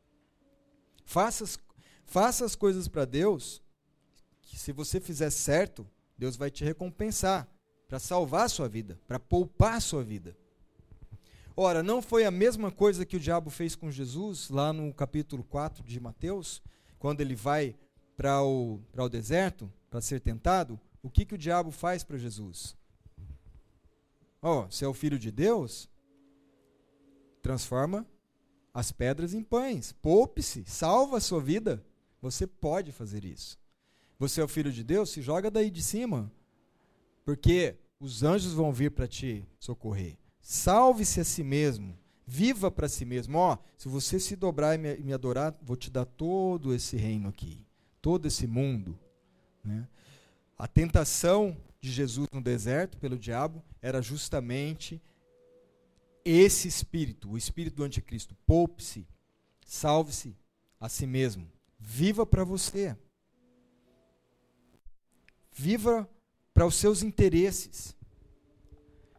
faça as coisas para Deus, que se você fizer certo, Deus vai te recompensar, para salvar a sua vida, para poupar a sua vida. Ora, não foi a mesma coisa que o diabo fez com Jesus, lá no capítulo 4 de Mateus, quando ele vai para o deserto, para ser tentado, o que o diabo faz para Jesus? Você é o filho de Deus? Transforma as pedras em pães, poupe-se, salva a sua vida, você pode fazer isso. Você é o filho de Deus? Se joga daí de cima, porque os anjos vão vir para te socorrer. Salve-se a si mesmo, viva para si mesmo. Se você se dobrar e me adorar, vou te dar todo esse reino aqui, todo esse mundo. A tentação de Jesus no deserto pelo diabo era justamente esse espírito, o espírito do anticristo. Poupe-se, salve-se a si mesmo, viva para você, viva para os seus interesses.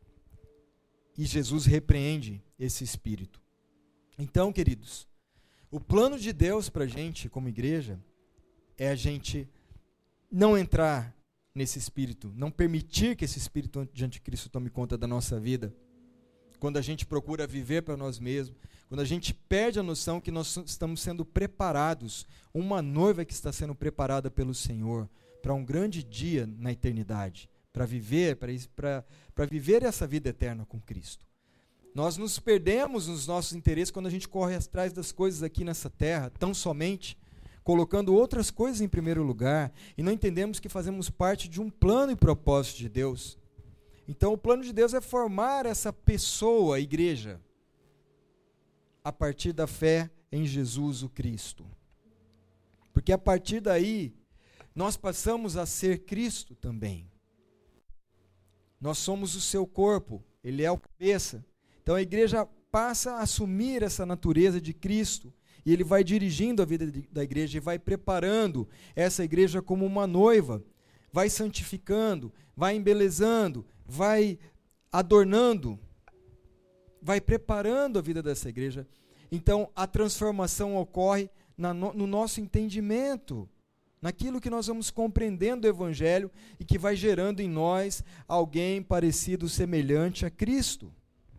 E Jesus repreende esse espírito. Então, queridos, O plano de Deus para a gente, como igreja, é a gente não entrar nesse espírito, não permitir que esse espírito de anticristo tome conta da nossa vida. Quando a gente procura viver para nós mesmos, quando a gente perde a noção que nós estamos sendo preparados, uma noiva que está sendo preparada pelo Senhor para um grande dia na eternidade, para viver essa vida eterna com Cristo. Nós nos perdemos nos nossos interesses quando a gente corre atrás das coisas aqui nessa terra, tão somente colocando outras coisas em primeiro lugar, e não entendemos que fazemos parte de um plano e propósito de Deus. Então o plano de Deus é formar essa pessoa, a igreja, a partir da fé em Jesus o Cristo. Porque a partir daí, nós passamos a ser Cristo também. Nós somos o seu corpo, ele é o cabeça. Então a igreja passa a assumir essa natureza de Cristo, e ele vai dirigindo a vida da igreja e vai preparando essa igreja como uma noiva, vai santificando, vai embelezando, vai adornando, vai preparando a vida dessa igreja. Então a transformação ocorre no nosso entendimento, naquilo que nós vamos compreendendo do Evangelho e que vai gerando em nós alguém parecido, semelhante a Cristo.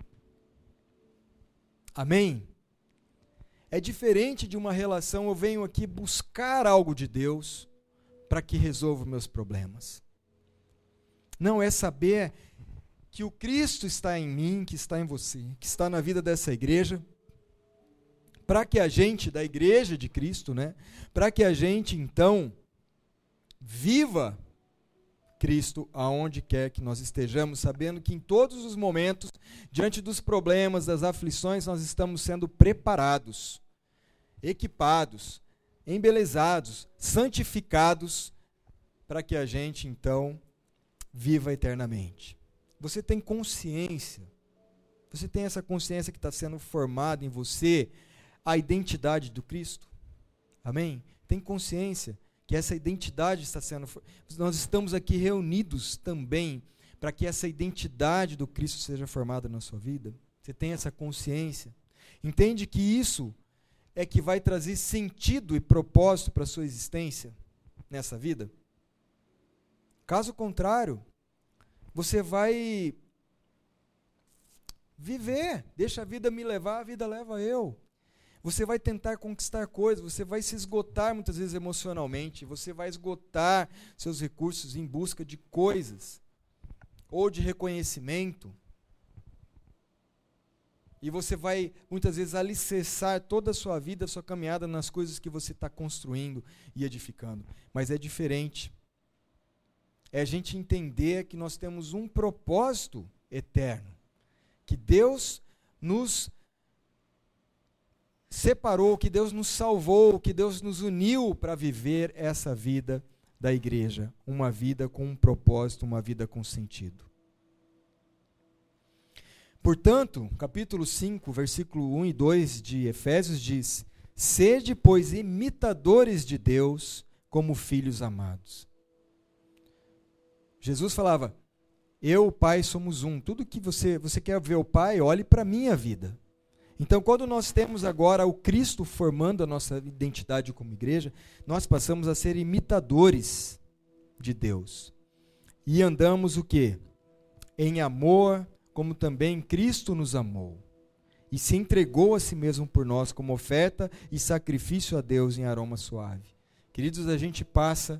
Amém? É diferente de uma relação, eu venho aqui buscar algo de Deus para que resolva meus problemas. Não, é saber que o Cristo está em mim, que está em você, que está na vida dessa igreja, para que a gente, da igreja de Cristo, para que a gente então viva Cristo aonde quer que nós estejamos, sabendo que em todos os momentos, diante dos problemas, das aflições, nós estamos sendo preparados, equipados, embelezados, santificados, para que a gente então viva eternamente. Você tem consciência, você tem essa consciência que está sendo formada em você, a identidade do Cristo? Amém? Tem consciência que essa identidade está sendo... Nós estamos aqui reunidos também para que essa identidade do Cristo seja formada na sua vida? Você tem essa consciência? Entende que isso é que vai trazer sentido e propósito para a sua existência nessa vida? Caso contrário, você vai viver, deixa a vida me levar, a vida leva eu. Você vai tentar conquistar coisas, você vai se esgotar muitas vezes emocionalmente, você vai esgotar seus recursos em busca de coisas, ou de reconhecimento, e você vai muitas vezes alicerçar toda a sua vida, a sua caminhada nas coisas que você está construindo e edificando. Mas é diferente. É a gente entender que nós temos um propósito eterno, que Deus nos separou, que Deus nos salvou, que Deus nos uniu para viver essa vida da igreja, uma vida com um propósito, uma vida com sentido. Portanto, capítulo 5, versículo 1 e 2 de Efésios diz: sede, pois, imitadores de Deus como filhos amados. Jesus falava, eu e o Pai somos um. Tudo que você quer ver o Pai, olhe para a minha vida. Então, quando nós temos agora o Cristo formando a nossa identidade como igreja, nós passamos a ser imitadores de Deus. E andamos o quê? Em amor, como também Cristo nos amou. E se entregou a si mesmo por nós como oferta e sacrifício a Deus em aroma suave. Queridos, a gente passa,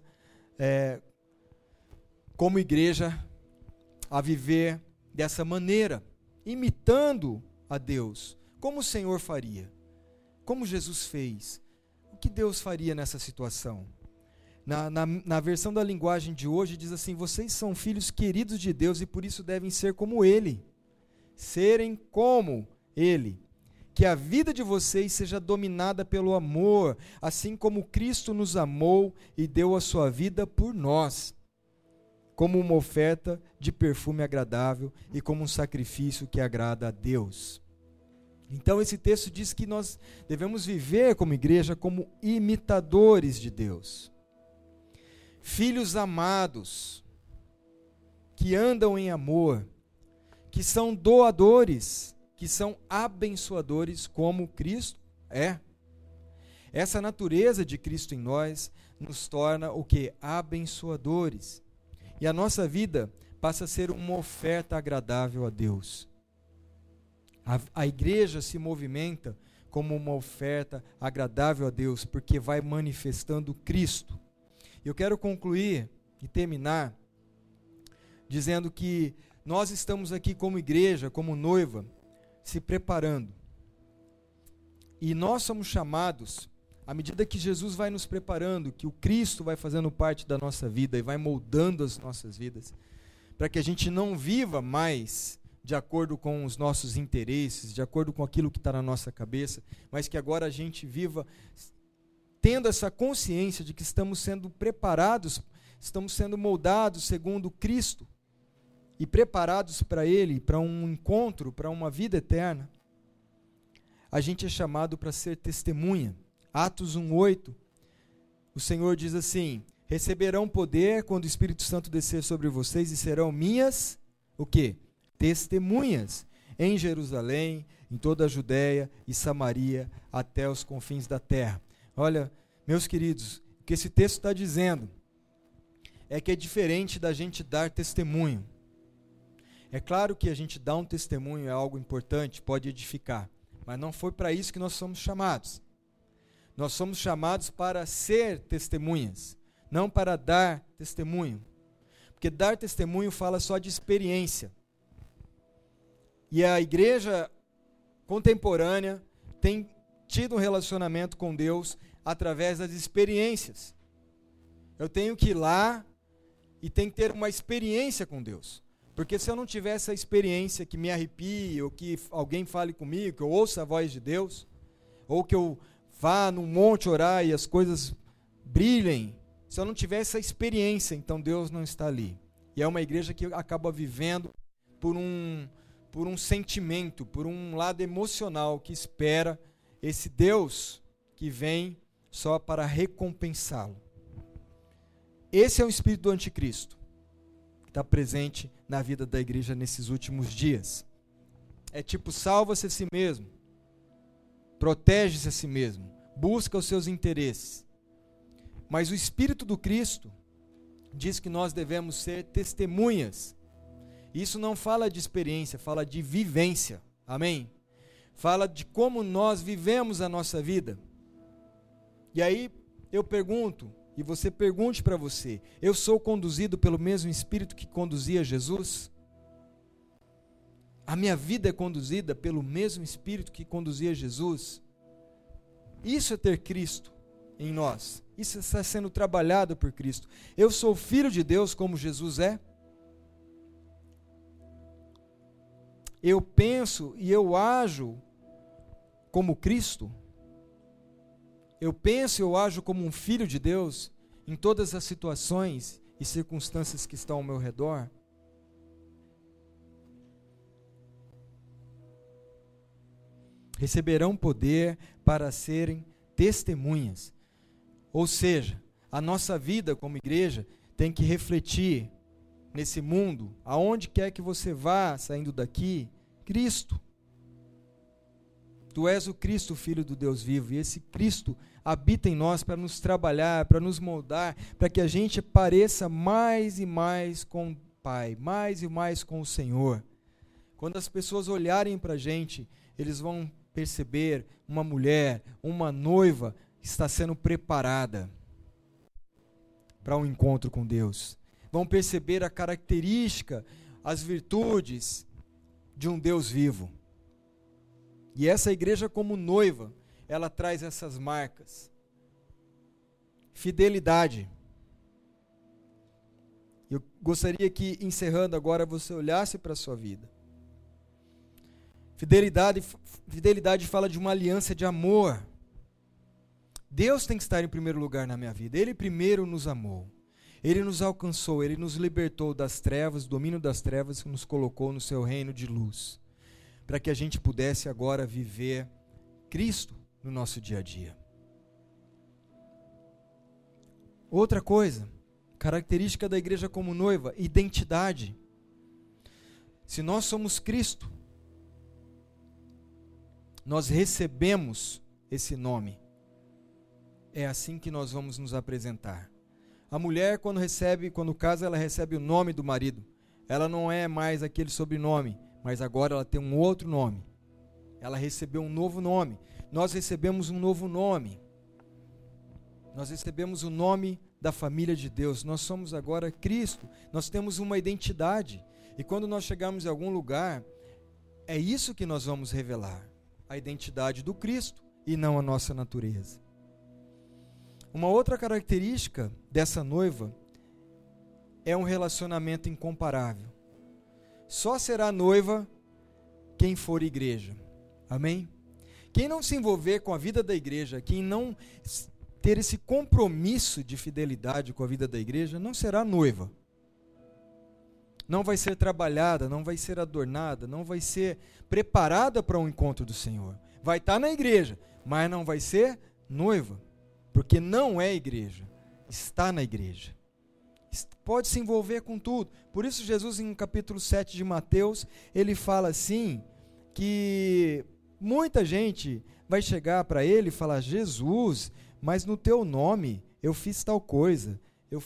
como igreja, a viver dessa maneira, imitando a Deus. Como o Senhor faria? Como Jesus fez? O que Deus faria nessa situação? Na versão da linguagem de hoje diz assim, vocês são filhos queridos de Deus e por isso devem ser como Ele. Serem como Ele. Que a vida de vocês seja dominada pelo amor, assim como Cristo nos amou e deu a sua vida por nós, como uma oferta de perfume agradável e como um sacrifício que agrada a Deus. Então esse texto diz que nós devemos viver como igreja como imitadores de Deus. Filhos amados, que andam em amor, que são doadores, que são abençoadores como Cristo é. Essa natureza de Cristo em nós nos torna o quê? Abençoadores. E a nossa vida passa a ser uma oferta agradável a Deus. A igreja se movimenta como uma oferta agradável a Deus, porque vai manifestando Cristo. Eu quero concluir e terminar dizendo que nós estamos aqui como igreja, como noiva, se preparando. E nós somos chamados, à medida que Jesus vai nos preparando, que o Cristo vai fazendo parte da nossa vida e vai moldando as nossas vidas, para que a gente não viva mais de acordo com os nossos interesses, de acordo com aquilo que está na nossa cabeça, mas que agora a gente viva tendo essa consciência de que estamos sendo preparados, estamos sendo moldados segundo Cristo e preparados para Ele, para um encontro, para uma vida eterna. A gente é chamado para ser testemunha. Atos 1:8, o Senhor diz assim: receberão poder quando o Espírito Santo descer sobre vocês e serão minhas, o quê? Testemunhas em Jerusalém, em toda a Judéia e Samaria, até os confins da terra. Olha, meus queridos, o que esse texto está dizendo é que é diferente da gente dar testemunho. É claro que a gente dar um testemunho é algo importante, pode edificar, mas não foi para isso que nós somos chamados. Nós somos chamados para ser testemunhas, não para dar testemunho. Porque dar testemunho fala só de experiência. E a igreja contemporânea tem tido um relacionamento com Deus através das experiências. Eu tenho que ir lá e tenho que ter uma experiência com Deus. Porque se eu não tiver essa experiência que me arrepie, ou que alguém fale comigo, que eu ouça a voz de Deus, ou que eu vá num monte orar e as coisas brilhem, se eu não tiver essa experiência, então Deus não está ali. E é uma igreja que acaba vivendo por um sentimento, por um lado emocional, que espera esse Deus que vem só para recompensá-lo. Esse é o espírito do anticristo, que está presente na vida da igreja nesses últimos dias. É tipo, salva-se a si mesmo, protege-se a si mesmo, busca os seus interesses. Mas o Espírito do Cristo diz que nós devemos ser testemunhas. Isso não fala de experiência, fala de vivência. Amém? Fala de como nós vivemos a nossa vida. E aí eu pergunto, e você pergunte para você: eu sou conduzido pelo mesmo Espírito que conduzia Jesus? A minha vida é conduzida pelo mesmo Espírito que conduzia Jesus? Isso é ter Cristo em nós. Isso está sendo trabalhado por Cristo. Eu sou filho de Deus como Jesus é? Eu penso e eu ajo como Cristo? Eu penso e eu ajo como um filho de Deus em todas as situações e circunstâncias que estão ao meu redor? Receberão poder para serem testemunhas. Ou seja, a nossa vida como igreja tem que refletir nesse mundo, aonde quer que você vá saindo daqui, Cristo. Tu és o Cristo, Filho do Deus vivo, e esse Cristo habita em nós para nos trabalhar, para nos moldar, para que a gente pareça mais e mais com o Pai, mais e mais com o Senhor. Quando as pessoas olharem para a gente, eles vão perceber uma mulher, uma noiva que está sendo preparada para um encontro com Deus. Vão perceber a característica, as virtudes de um Deus vivo. E essa igreja como noiva, ela traz essas marcas. Fidelidade. Eu gostaria que, encerrando agora, você olhasse para a sua vida. Fidelidade fala de uma aliança de amor. Deus tem que estar em primeiro lugar na minha vida. Ele primeiro nos amou. Ele nos alcançou, Ele nos libertou das trevas, do domínio das trevas, e nos colocou no seu reino de luz, para que a gente pudesse agora viver Cristo no nosso dia a dia. Outra coisa, característica da igreja como noiva, identidade. Se nós somos Cristo, nós recebemos esse nome. é assim que nós vamos nos apresentar. A mulher, quando casa, ela recebe o nome do marido. Ela não é mais aquele sobrenome, mas agora ela tem um outro nome. Ela recebeu um novo nome. Nós recebemos um novo nome. Nós recebemos o nome da família de Deus. Nós somos agora Cristo. Nós temos uma identidade. E quando nós chegarmos em algum lugar, é isso que nós vamos revelar. A identidade do Cristo e não a nossa natureza. Uma outra característica dessa noiva é um relacionamento incomparável. Só será noiva quem for igreja. Amém? Quem não se envolver com a vida da igreja, quem não ter esse compromisso de fidelidade com a vida da igreja, não será noiva. Não vai ser trabalhada, não vai ser adornada, não vai ser preparada para um encontro do Senhor. Vai estar na igreja, mas não vai ser noiva, porque não é igreja, está na igreja. Pode se envolver com tudo. Por isso Jesus, em capítulo 7 de Mateus, ele fala assim, que muita gente vai chegar para ele e falar: Jesus, mas no teu nome eu fiz tal coisa,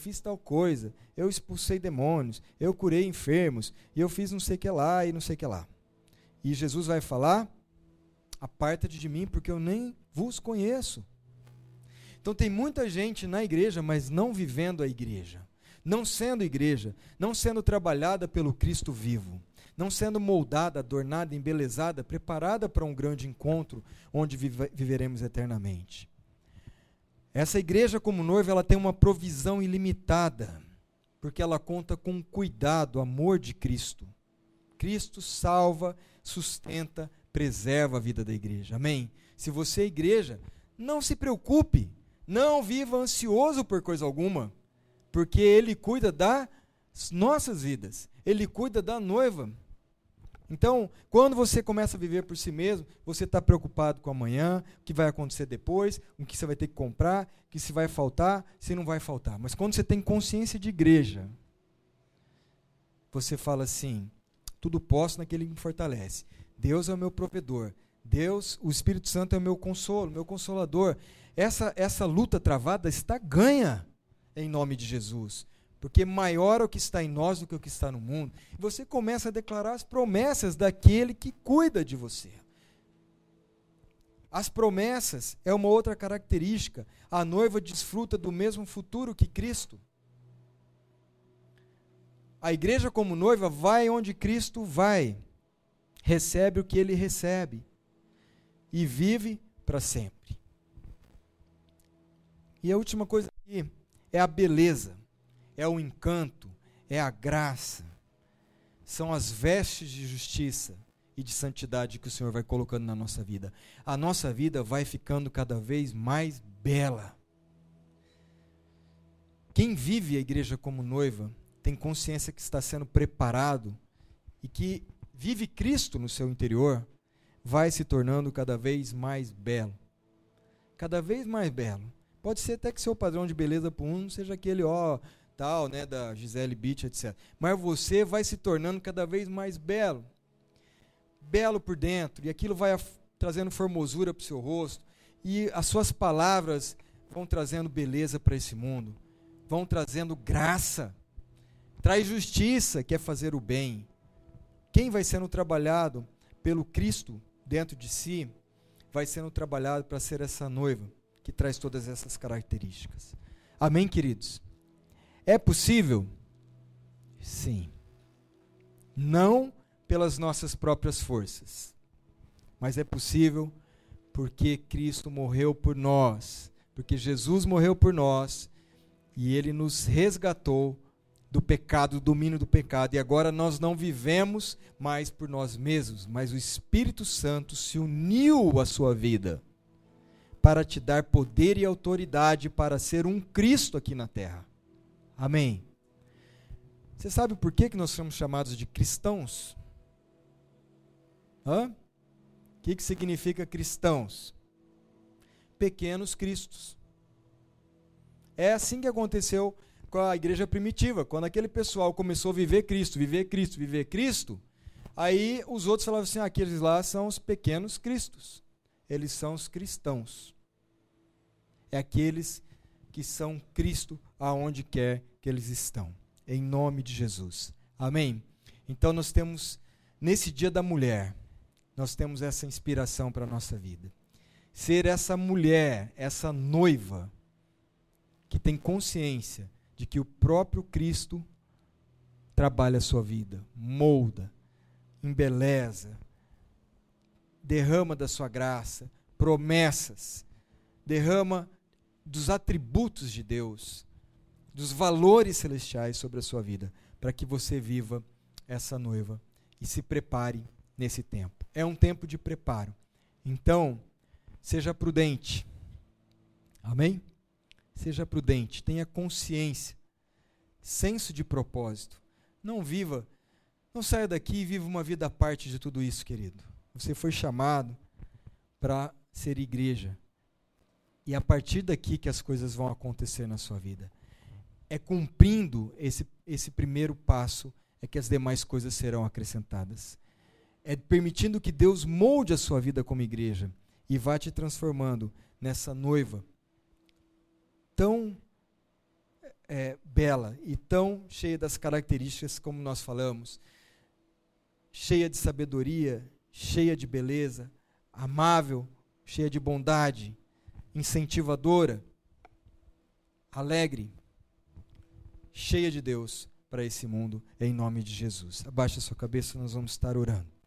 eu expulsei demônios, eu curei enfermos, e eu fiz não sei o que lá e não sei o que lá. E Jesus vai falar: aparta-te de mim, porque eu nem vos conheço. Então tem muita gente na igreja, mas não vivendo a igreja, não sendo igreja, não sendo trabalhada pelo Cristo vivo, não sendo moldada, adornada, embelezada, preparada para um grande encontro, onde viveremos eternamente. Essa igreja como noiva, ela tem uma provisão ilimitada, porque ela conta com o cuidado, amor de Cristo. Cristo salva, sustenta, preserva a vida da igreja. Amém? Se você é igreja, não se preocupe, não viva ansioso por coisa alguma, porque Ele cuida das nossas vidas, Ele cuida da noiva. Então, quando você começa a viver por si mesmo, você está preocupado com amanhã, o que vai acontecer depois, o que você vai ter que comprar, o que se vai faltar, se não vai faltar. Mas quando você tem consciência de igreja, você fala assim: tudo posso naquele que me fortalece. Deus é o meu provedor. Deus, o Espírito Santo é o meu consolo, meu consolador. Essa luta travada está ganha em nome de Jesus. Porque maior é o que está em nós do que o que está no mundo. E você começa a declarar as promessas daquele que cuida de você. As promessas é uma outra característica. A noiva desfruta do mesmo futuro que Cristo. A igreja como noiva vai onde Cristo vai. Recebe o que Ele recebe. E vive para sempre. E a última coisa aqui é a beleza. É o encanto, é a graça, são as vestes de justiça e de santidade que o Senhor vai colocando na nossa vida. A nossa vida vai ficando cada vez mais bela. Quem vive a igreja como noiva tem consciência que está sendo preparado e que vive Cristo no seu interior, vai se tornando cada vez mais belo. Cada vez mais belo. Pode ser até que seu padrão de beleza para um seja aquele, tal, né, da Gisele Bündchen, etc. Mas você vai se tornando cada vez mais belo. Belo por dentro. E aquilo vai trazendo formosura para o seu rosto. E as suas palavras vão trazendo beleza para esse mundo. Vão trazendo graça. Traz justiça, que é fazer o bem. Quem vai sendo trabalhado pelo Cristo dentro de si, vai sendo trabalhado para ser essa noiva, que traz todas essas características. Amém, queridos? É possível? Sim. Não pelas nossas próprias forças, mas é possível porque Cristo morreu por nós, porque Jesus morreu por nós e Ele nos resgatou do pecado, do domínio do pecado, e agora nós não vivemos mais por nós mesmos, mas o Espírito Santo se uniu à sua vida para te dar poder e autoridade para ser um Cristo aqui na terra. Amém. Você sabe por que nós somos chamados de cristãos? O que significa cristãos? Pequenos cristos. É assim que aconteceu com a igreja primitiva. Quando aquele pessoal começou a viver Cristo, aí os outros falavam assim: aqueles lá são os pequenos cristos. Eles são os cristãos. é aqueles que são Cristo aonde quer que eles estão. Em nome de Jesus. Amém? Então nós temos, nesse dia da mulher, nós temos essa inspiração para a nossa vida. Ser essa mulher, essa noiva, que tem consciência de que o próprio Cristo trabalha a sua vida, molda, embeleza, derrama da sua graça, promessas, derrama dos atributos de Deus, dos valores celestiais sobre a sua vida, para que você viva essa noiva e se prepare nesse tempo. É um tempo de preparo. Então, seja prudente. Amém? Seja prudente, tenha consciência, senso de propósito. Não saia daqui e viva uma vida à parte de tudo isso, querido. Você foi chamado para ser igreja. E a partir daqui que as coisas vão acontecer na sua vida. É cumprindo esse primeiro passo é que as demais coisas serão acrescentadas. É permitindo que Deus molde a sua vida como igreja e vá te transformando nessa noiva tão bela e tão cheia das características como nós falamos, cheia de sabedoria, cheia de beleza, amável, cheia de bondade, incentivadora, alegre, cheia de Deus para esse mundo, em nome de Jesus. Abaixa a sua cabeça, nós vamos estar orando.